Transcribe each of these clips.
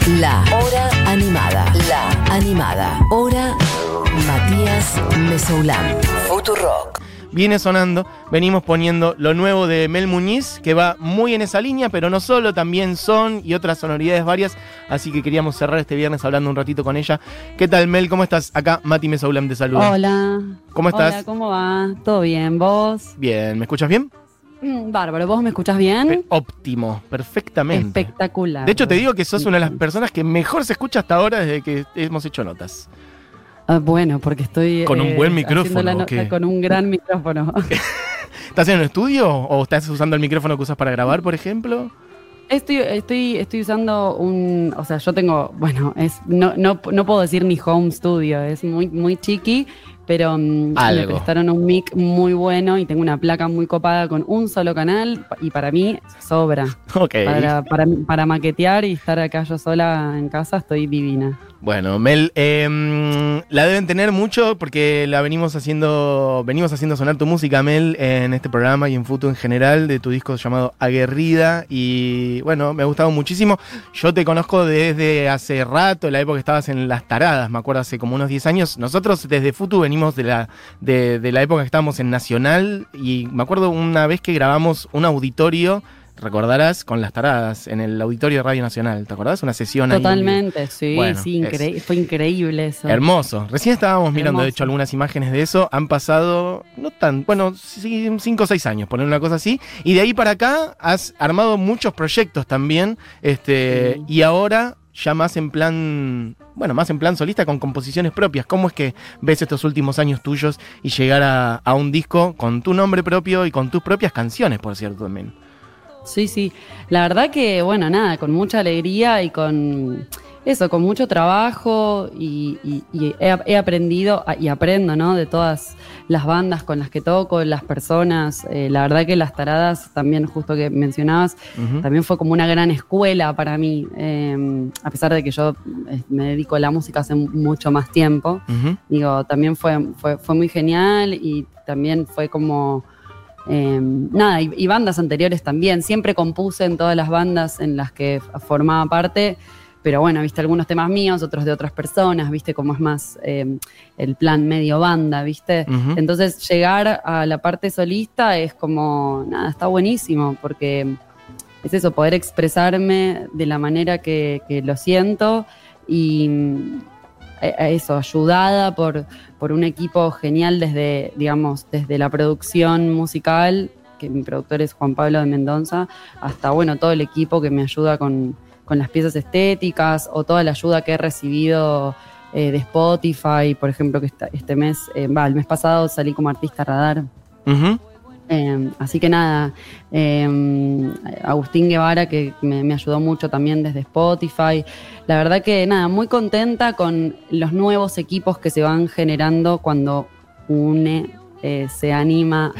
La Hora Animada. La Animada. Hora Matías Mesoulán. Futurock. Viene sonando, venimos poniendo lo nuevo de Mel Muñiz, que va muy en esa línea, pero no solo, también son y otras sonoridades varias, así que queríamos cerrar este viernes hablando un ratito con ella. ¿Qué tal, Mel? ¿Cómo estás? Acá Mati Mesoulán te saluda. Hola. ¿Cómo estás? Hola, ¿cómo va? ¿Todo bien? ¿Vos? Bien, ¿me escuchas bien? Bárbaro, ¿vos me escuchás bien? Óptimo, perfectamente. Espectacular. De hecho, te digo que sos una de las personas que mejor se escucha hasta ahora desde que hemos hecho notas. Bueno, porque estoy... Con un buen micrófono, la nota con un gran micrófono. ¿Estás en un estudio o estás usando el micrófono que usas para grabar, por ejemplo? Estoy usando un... O sea, yo tengo... Bueno, no puedo decir ni home studio, es muy chiqui, pero me prestaron un mic muy bueno y tengo una placa muy copada con un solo canal y para mí sobra. Okay. Para maquetear y estar acá yo sola en casa estoy divina. Bueno, Mel, la deben tener mucho porque venimos haciendo sonar tu música, Mel, en este programa y en Futu en general, de tu disco llamado Aguerrida, y bueno, me ha gustado muchísimo. Yo te conozco desde hace rato, la época que estabas en Las Taradas, me acuerdo, hace como unos 10 años. Nosotros desde Futu venimos de la época que estábamos en Nacional, y me acuerdo una vez que grabamos un auditorio, recordarás, con Las Taradas, en el auditorio de Radio Nacional. ¿Te acordás? Una sesión Totalmente, ahí. Sí, bueno, sí, fue increíble eso. Hermoso. Recién estábamos mirando, Hermoso. de hecho, algunas imágenes de eso. Han pasado, no tan, bueno, 5 o 6 años, poner una cosa así. Y de ahí para acá has armado muchos proyectos también. Sí. Y ahora ya más en plan solista, con composiciones propias. ¿Cómo es que ves estos últimos años tuyos y llegar a un disco con tu nombre propio y con tus propias canciones, por cierto, también? Sí. La verdad que, bueno, nada, con mucha alegría y con mucho trabajo y he aprendido y aprendo, ¿no? De todas las bandas con las que toco, las personas. La verdad que Las Taradas, también justo que mencionabas, también fue como una gran escuela para mí. A pesar de que yo me dedico a la música hace mucho más tiempo. Digo, también fue muy genial y también fue como... y bandas anteriores también. Siempre compuse en todas las bandas en las que formaba parte, pero bueno, viste, algunos temas míos, otros de otras personas, viste, como es más el plan medio banda, viste. Entonces llegar a la parte solista es como, nada, está buenísimo, porque es eso, poder expresarme de la manera que lo siento y... eso, ayudada por un equipo genial desde la producción musical, que mi productor es Juan Pablo de Mendoza, hasta, bueno, todo el equipo que me ayuda con las piezas estéticas, o toda la ayuda que he recibido de Spotify, por ejemplo, que este mes, el mes pasado salí como artista radar. Así que nada, Agustín Guevara, que me ayudó mucho también desde Spotify. La verdad que nada, muy contenta con los nuevos equipos que se van generando cuando UNE se anima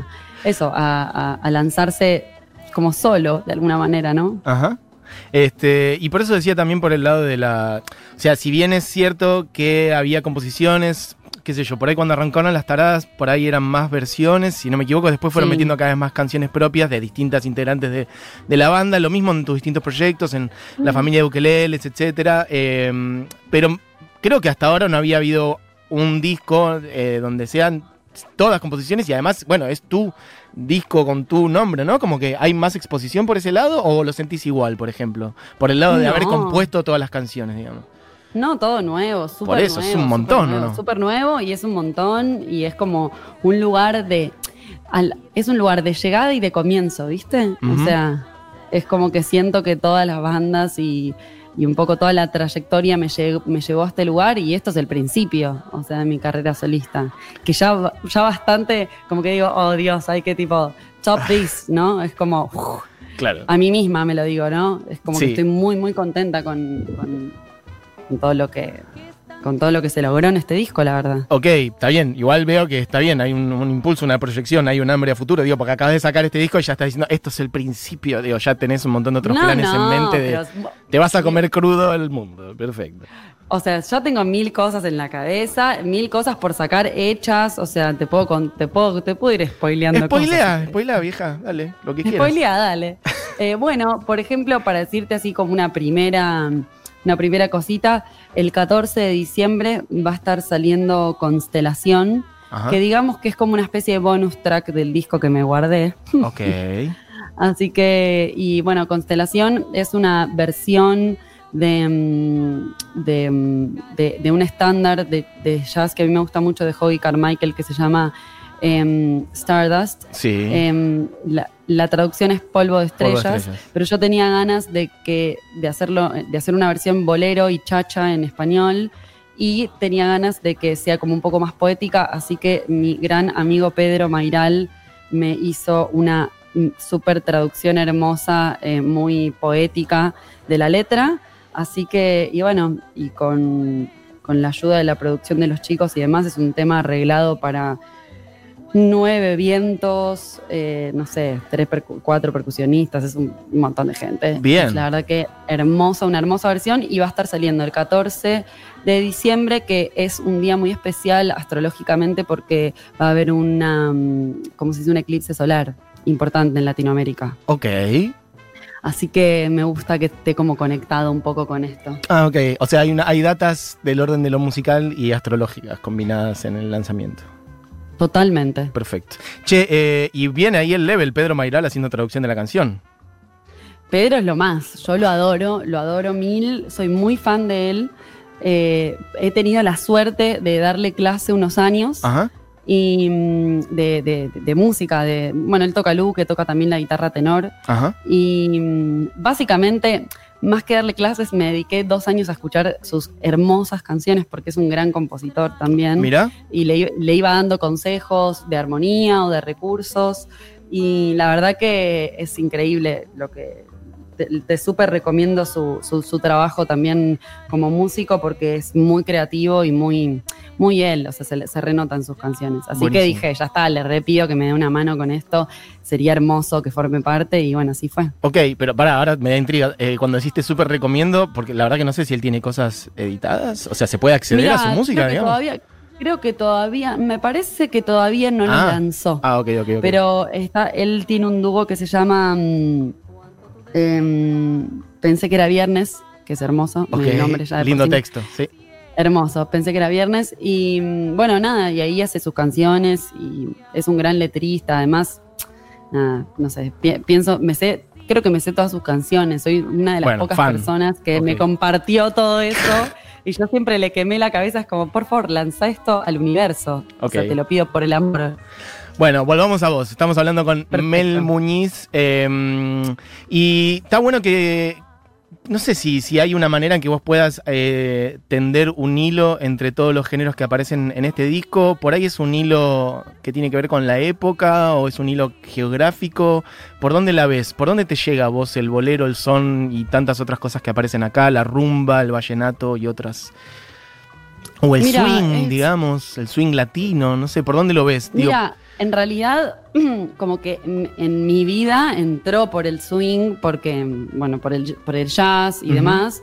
a lanzarse como solo, de alguna manera, ¿no? Ajá. Y por eso decía también por el lado de o sea, si bien es cierto que había composiciones, qué sé yo, por ahí cuando arrancaron Las Taradas, por ahí eran más versiones, si no me equivoco, después fueron metiendo cada vez más canciones propias de distintas integrantes de la banda, lo mismo en tus distintos proyectos, en la familia de ukeleles, etcétera, pero creo que hasta ahora no había habido un disco donde sean todas composiciones y además, bueno, es tu disco con tu nombre, ¿no? Como que hay más exposición por ese lado, ¿o lo sentís igual, por ejemplo? Por el lado de haber compuesto todas las canciones, digamos. No, todo nuevo, súper nuevo. Por eso, es un montón, ¿no? Súper nuevo, y es un montón, y es como un lugar es un lugar de llegada y de comienzo, ¿viste? O sea, es como que siento que todas las bandas y un poco toda la trayectoria me llevó a este lugar, y esto es el principio, o sea, de mi carrera solista. Que ya bastante, como que digo, oh Dios, hay que tipo, top this, ¿no? Es como, claro. A mí misma me lo digo, ¿no? Es como que estoy muy, muy contenta con todo lo que se logró en este disco, la verdad. Ok, está bien. Igual veo que está bien. Hay un impulso, una proyección, hay un hambre a futuro. Digo, porque acabas de sacar este disco y ya estás diciendo, esto es el principio. Digo, ya tenés un montón de otros planes en mente. Te vas a comer crudo el mundo. Perfecto. O sea, yo tengo 1000 cosas en la cabeza, 1000 cosas por sacar hechas. O sea, te puedo ir spoileando cosas. Spoilea, vieja. Dale, lo que quieras. Spoilea, dale. Bueno, por ejemplo, para decirte así como una primera una primera cosita. El 14 de diciembre va a estar saliendo Constelación, Ajá. que digamos que es como una especie de bonus track del disco que me guardé. Ok. Así que, y bueno, Constelación es una versión de un estándar de jazz que a mí me gusta mucho de Hoagy Carmichael, que se llama Stardust. Sí. La traducción es Polvo de Polvo de Estrellas, Estrellas. pero yo tenía ganas de hacer una versión bolero y chacha en español, y tenía ganas de que sea como un poco más poética, así que mi gran amigo Pedro Mairal me hizo una súper traducción hermosa, muy poética de la letra. Así que, y bueno, y con la ayuda de la producción de los chicos y demás, es un tema arreglado para 9 vientos, no sé, 4 percusionistas, es un montón de gente. Bien. Es la verdad que una hermosa versión, y va a estar saliendo el 14 de diciembre, que es un día muy especial astrológicamente porque va a haber como se dice, un eclipse solar importante en Latinoamérica. Ok. Así que me gusta que esté como conectado un poco con esto. Ah, ok. O sea, hay datas del orden de lo musical y astrológicas combinadas en el lanzamiento. Totalmente. Perfecto. Che, y viene ahí el level, Pedro Mairal haciendo traducción de la canción. Pedro es lo más, yo lo adoro mil, soy muy fan de él. He tenido la suerte de darle clase unos años. Ajá. Y de música, bueno, él toca que toca también la guitarra tenor. Ajá. Y básicamente, más que darle clases, me dediqué 2 años a escuchar sus hermosas canciones, porque es un gran compositor también. Mira. Y le iba dando consejos de armonía o de recursos, y la verdad que es increíble lo que... Te súper recomiendo su trabajo también como músico, porque es muy creativo y muy, muy él, o sea, se renota en sus canciones. Así Buenísimo. que dije, ya está, le repido que me dé una mano con esto, sería hermoso que forme parte, y bueno, así fue. Ok, pero ahora me da intriga. Cuando deciste súper recomiendo, porque la verdad que no sé si él tiene cosas editadas, o sea, ¿se puede acceder Mirá, a su música, creo que digamos? creo que todavía, me parece que todavía no lo lanzó. Ah, ok. Pero él tiene un dúo que se llama Pensé que era viernes, que es hermoso. Ok, El nombre ya de lindo por sí. texto, sí. Hermoso, pensé que era viernes. Y bueno, nada, y ahí hace sus canciones y es un gran letrista. Además, nada, no sé, creo que me sé todas sus canciones. Soy una de las pocas personas que me compartió todo eso. Y yo siempre le quemé la cabeza, es como, por favor, lanza esto al universo. O sea, te lo pido por el amor. Bueno, volvamos a vos. Estamos hablando con Perfecto. Mel Muñiz. Y está bueno que... No sé si hay una manera en que vos puedas tender un hilo entre todos los géneros que aparecen en este disco. Por ahí es un hilo que tiene que ver con la época, o es un hilo geográfico. ¿Por dónde la ves? ¿Por dónde te llega a vos el bolero, el son y tantas otras cosas que aparecen acá? La rumba, el vallenato y otras... O el swing, digamos, el swing latino, no sé, ¿por dónde lo ves? Mira, en realidad, como que en mi vida entró por el swing, porque, bueno, por el jazz y demás,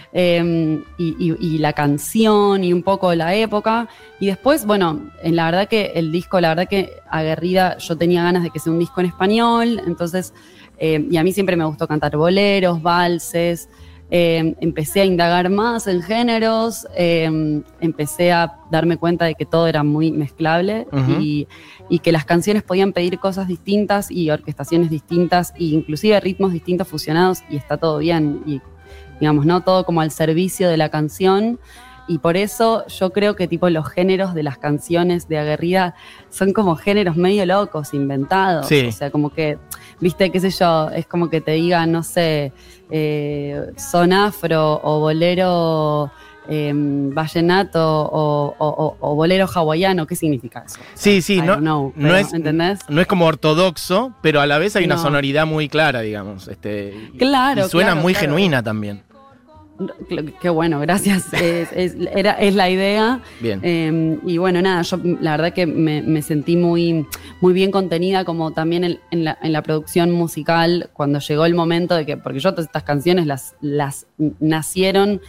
y la canción y un poco la época. Y después, bueno, la verdad que el disco, Aguerrida, yo tenía ganas de que sea un disco en español, entonces, y a mí siempre me gustó cantar boleros, valses. Empecé a indagar más en géneros, empecé a darme cuenta de que todo era muy mezclable, y que las canciones podían pedir cosas distintas y orquestaciones distintas e inclusive ritmos distintos fusionados, y está todo bien, y digamos, no todo como al servicio de la canción. Y por eso yo creo que tipo los géneros de las canciones de Aguerrida son como géneros medio locos, inventados. Sí. O sea, como que, viste, qué sé yo, es como que te digan, no sé, son afro o bolero vallenato o bolero hawaiano. ¿Qué significa eso? Sí, No es, ¿entendés? No es como ortodoxo, pero a la vez hay una No. sonoridad muy clara, digamos. Claro, y suena claro, muy claro. genuina también. Qué bueno, gracias. Es la idea. Bien. Y bueno, nada, yo la verdad que me sentí muy, muy bien contenida, como también en la producción musical, cuando llegó el momento de que, porque yo todas estas canciones las nacieron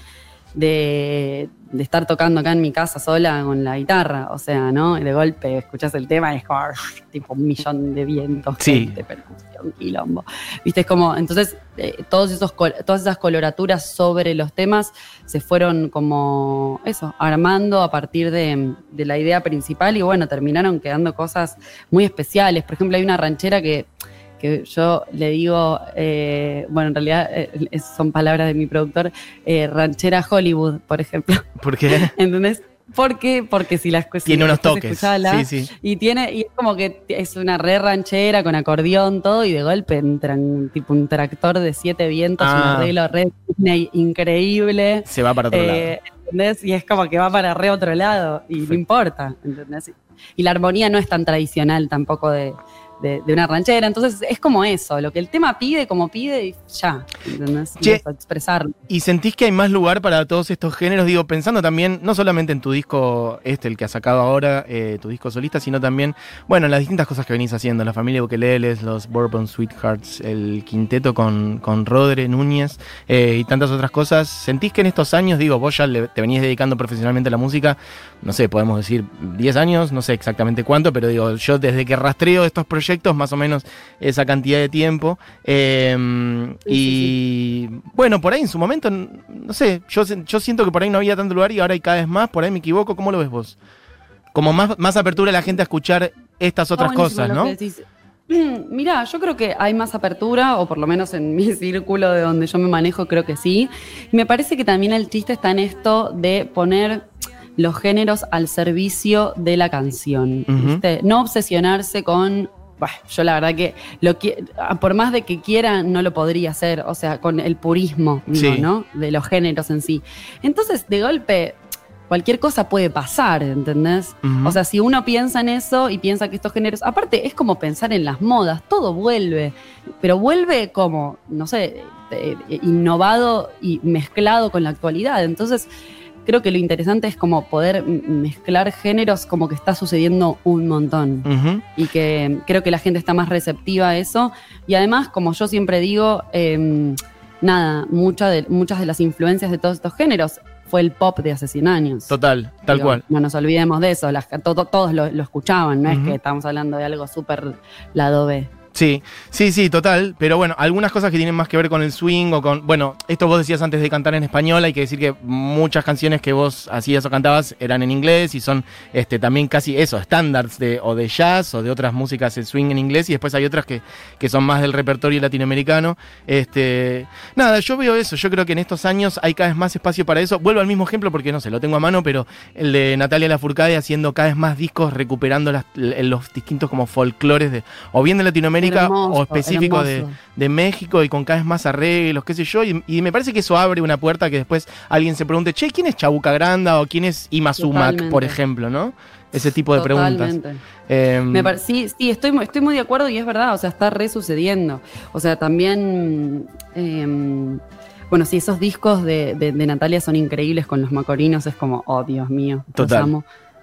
de estar tocando acá en mi casa sola con la guitarra, o sea, ¿no? Y de golpe escuchás el tema y es como tipo 1.000.000 de vientos, Sí. de percusión, quilombo. Viste, es como, entonces, todas esas coloraturas sobre los temas se fueron como, eso, armando a partir de la idea principal y bueno, terminaron quedando cosas muy especiales. Por ejemplo, hay una ranchera que yo le digo, bueno, en realidad son palabras de mi productor, ranchera Hollywood, por ejemplo. ¿Por qué? ¿Entendés? Porque si las tiene unos toques. Sí. Y es como que es una re ranchera con acordeón, todo, y de golpe entran tipo un tractor de 7 vientos, un arreglo re Disney increíble. Se va para otro lado. ¿Entendés? Y es como que va para re otro lado, y no importa, ¿entendés? Y la armonía no es tan tradicional tampoco de una ranchera, entonces es como eso, lo que el tema pide, como pide, y ya, ¿entendés? Y eso, expresarlo. ¿Y sentís que hay más lugar para todos estos géneros? Digo, pensando también, no solamente en tu disco, el que has sacado ahora, tu disco solista, sino también, bueno, en las distintas cosas que venís haciendo, la familia Bukeleles, los Bourbon Sweethearts, el quinteto con Rodre Núñez, y tantas otras cosas. ¿Sentís que en estos años, digo, vos ya te venís dedicando profesionalmente a la música, no sé, podemos decir 10 años, no sé exactamente cuánto, pero digo, yo desde que rastreo estos proyectos, más o menos esa cantidad de tiempo. Y bueno, por ahí en su momento, no sé, yo siento que por ahí no había tanto lugar y ahora hay cada vez más, por ahí me equivoco. ¿Cómo lo ves vos? Como más apertura a la gente a escuchar estas otras cosas, ¿no? Mirá, yo creo que hay más apertura, o por lo menos en mi círculo de donde yo me manejo, creo que sí. Y me parece que también el chiste está en esto de poner los géneros al servicio de la canción, ¿viste? No obsesionarse con... Bueno, yo la verdad que por más de que quiera, no lo podría hacer, o sea, con el purismo, digo, sí, ¿no? De los géneros en sí. Entonces, de golpe, cualquier cosa puede pasar, ¿entendés? O sea, si uno piensa en eso y piensa que estos géneros... Aparte, es como pensar en las modas, todo vuelve, pero vuelve como, no sé, innovado y mezclado con la actualidad. Entonces... Creo que lo interesante es como poder mezclar géneros, como que está sucediendo un montón. Y que creo que la gente está más receptiva a eso. Y además, como yo siempre digo, muchas de las influencias de todos estos géneros fue el pop de hace 100 años. Total, tal cual. No nos olvidemos de eso. Todos lo escuchaban, no es que estamos hablando de algo súper lado B. Sí, total, pero bueno, algunas cosas que tienen más que ver con el swing o con... Bueno, esto vos decías antes de cantar en español, hay que decir que muchas canciones que vos hacías o cantabas eran en inglés y son también casi eso, estándares de jazz o de otras músicas, el swing en inglés, y después hay otras que son más del repertorio latinoamericano. Nada, yo veo eso, yo creo que en estos años hay cada vez más espacio para eso. Vuelvo al mismo ejemplo porque no sé, lo tengo a mano, pero el de Natalia Lafourcade haciendo cada vez más discos, recuperando los distintos como folclores o bien de Latinoamérica, hermoso, o específico de México, y con cada vez más arreglos, qué sé yo, y me parece que eso abre una puerta que después alguien se pregunte, che, ¿quién es Chabuca Granda? O ¿quién es Ima Sumac, por ejemplo, ¿no? Ese tipo de preguntas. Sí, estoy muy de acuerdo y es verdad, o sea, está re sucediendo. O sea, también... bueno, sí, esos discos de Natalia son increíbles con los Macorinos, es como, oh, Dios mío, total. Los amo.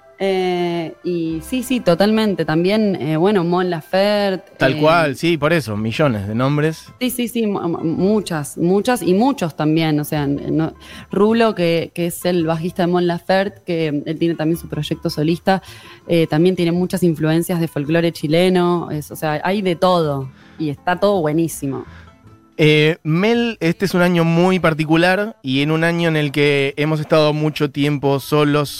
Y sí, totalmente. También, bueno, Mon Laferte. Tal cual, sí, por eso, millones de nombres. Sí, muchas y muchos también. O sea, Rulo, que es el bajista de Mon Laferte, que él tiene también su proyecto solista, también tiene muchas influencias de folclore chileno. O sea, hay de todo y está todo buenísimo. Mel, este es un año muy particular y en un año en el que hemos estado mucho tiempo soles.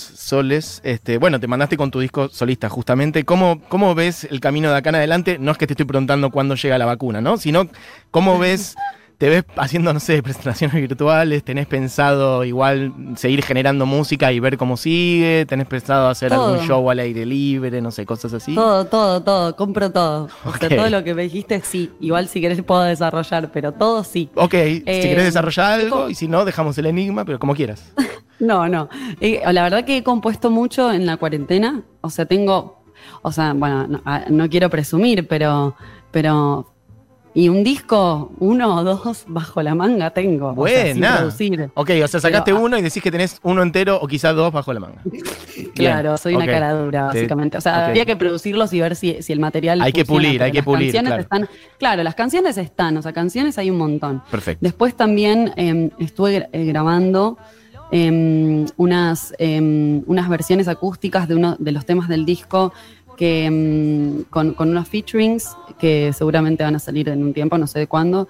Bueno, te mandaste con tu disco solista justamente. ¿Cómo ves el camino de acá en adelante? No es que te estoy preguntando cuándo llega la vacuna, ¿no? Sino, ¿cómo ves? ¿Te ves haciendo, no sé, presentaciones virtuales? ¿Tenés pensado igual seguir generando música y ver cómo sigue? ¿Tenés pensado hacer algún show al aire libre? No sé, cosas así. Todo. Compro todo. O sea, todo lo que me dijiste, sí. Igual si querés puedo desarrollar, pero todo sí. Ok, si querés desarrollar algo y si no, dejamos el enigma, pero como quieras. No. La verdad que he compuesto mucho en la cuarentena. O sea, bueno, no quiero presumir, pero Y un disco, 1 o 2 bajo la manga tengo. O sea, sin Buena. producir. Ok, o sea, sacaste Pero, uno y decís que tenés uno entero o quizás 2 bajo la manga. Claro, Bien, soy una ok. cara dura, básicamente. O sea, ok. habría que producirlos y ver si el material Hay que funciona, pulir, pero hay que las pulir, canciones claro. están. Claro, las canciones están, o sea, canciones hay un montón. Perfecto. Después también estuve grabando unas versiones acústicas de uno de los temas del disco que con unos featurings que seguramente van a salir en un tiempo, no sé de cuándo,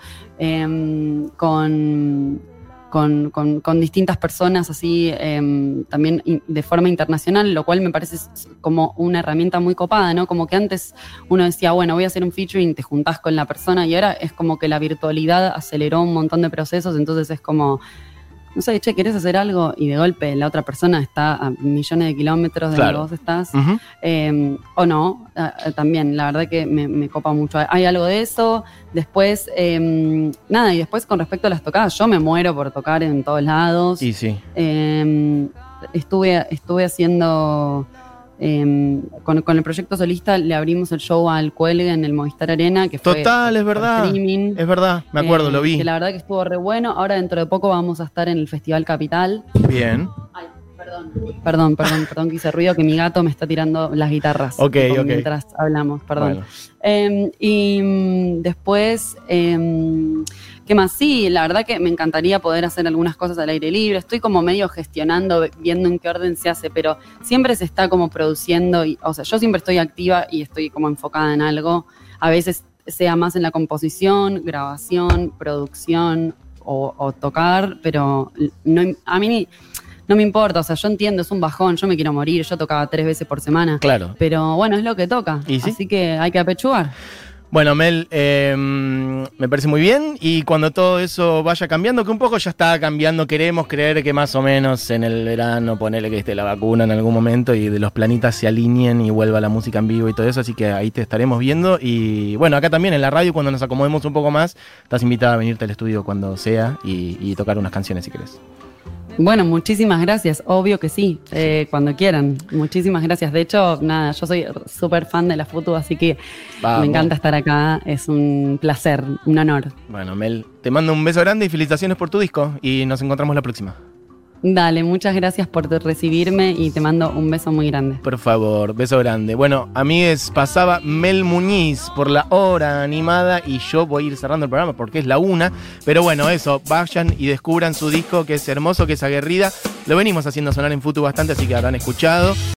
con distintas personas así, también de forma internacional, lo cual me parece como una herramienta muy copada, ¿no? Como que antes uno decía, bueno, voy a hacer un featuring, te juntás con la persona, y ahora es como que la virtualidad aceleró un montón de procesos, entonces es como, no sé, che, ¿querés hacer algo? Y de golpe la otra persona está a millones de kilómetros de Claro. donde vos estás. Ujú. O no, también, la verdad que me copa mucho. Hay algo de eso. Después, nada, y después con respecto a las tocadas, yo me muero por tocar en todos lados. Y sí. Estuve haciendo, con el proyecto solista, le abrimos el show al Cuelgue en el Movistar Arena, que fue Total, es por verdad. streaming. Es verdad, me acuerdo, lo vi. Que la verdad que estuvo re bueno. Ahora dentro de poco vamos a estar en el Festival Capital. Bien. Ay, perdón, que hice ruido, que mi gato me está tirando las guitarras. Ok, tipo, ok. mientras hablamos, perdón. Bueno. Después, ¿qué más? Sí, la verdad que me encantaría poder hacer algunas cosas al aire libre. Estoy como medio gestionando, viendo en qué orden se hace, pero siempre se está como produciendo. O sea, yo siempre estoy activa y estoy como enfocada en algo. A veces sea más en la composición, grabación, producción o tocar, pero no, a mí no me importa, o sea, yo entiendo, es un bajón, yo me quiero morir, yo tocaba 3 veces por semana. Claro. Pero bueno, es lo que toca. ¿Y sí? Así que hay que apechugar. Bueno, Mel, me parece muy bien y cuando todo eso vaya cambiando, que un poco ya está cambiando, queremos creer que más o menos en el verano ponele que esté la vacuna en algún momento y de los planitas se alineen y vuelva la música en vivo y todo eso, así que ahí te estaremos viendo y bueno, acá también en la radio cuando nos acomodemos un poco más, estás invitada a venirte al estudio cuando sea y tocar unas canciones si querés. Bueno, muchísimas gracias, obvio que sí, cuando quieran. Muchísimas gracias. De hecho, nada, yo soy súper fan de la Futu, así que Vamos. me encanta estar acá. Es un placer, un honor. Bueno, Mel, te mando un beso grande y felicitaciones por tu disco y nos encontramos la próxima. Dale, muchas gracias por recibirme y te mando un beso muy grande. Por favor, beso grande. Bueno, amigues, pasaba Mel Muñiz por la hora animada y yo voy a ir cerrando el programa porque es la 1. Pero bueno, eso, vayan y descubran su disco que es hermoso, que es aguerrida. Lo venimos haciendo sonar en Futu bastante, así que habrán escuchado.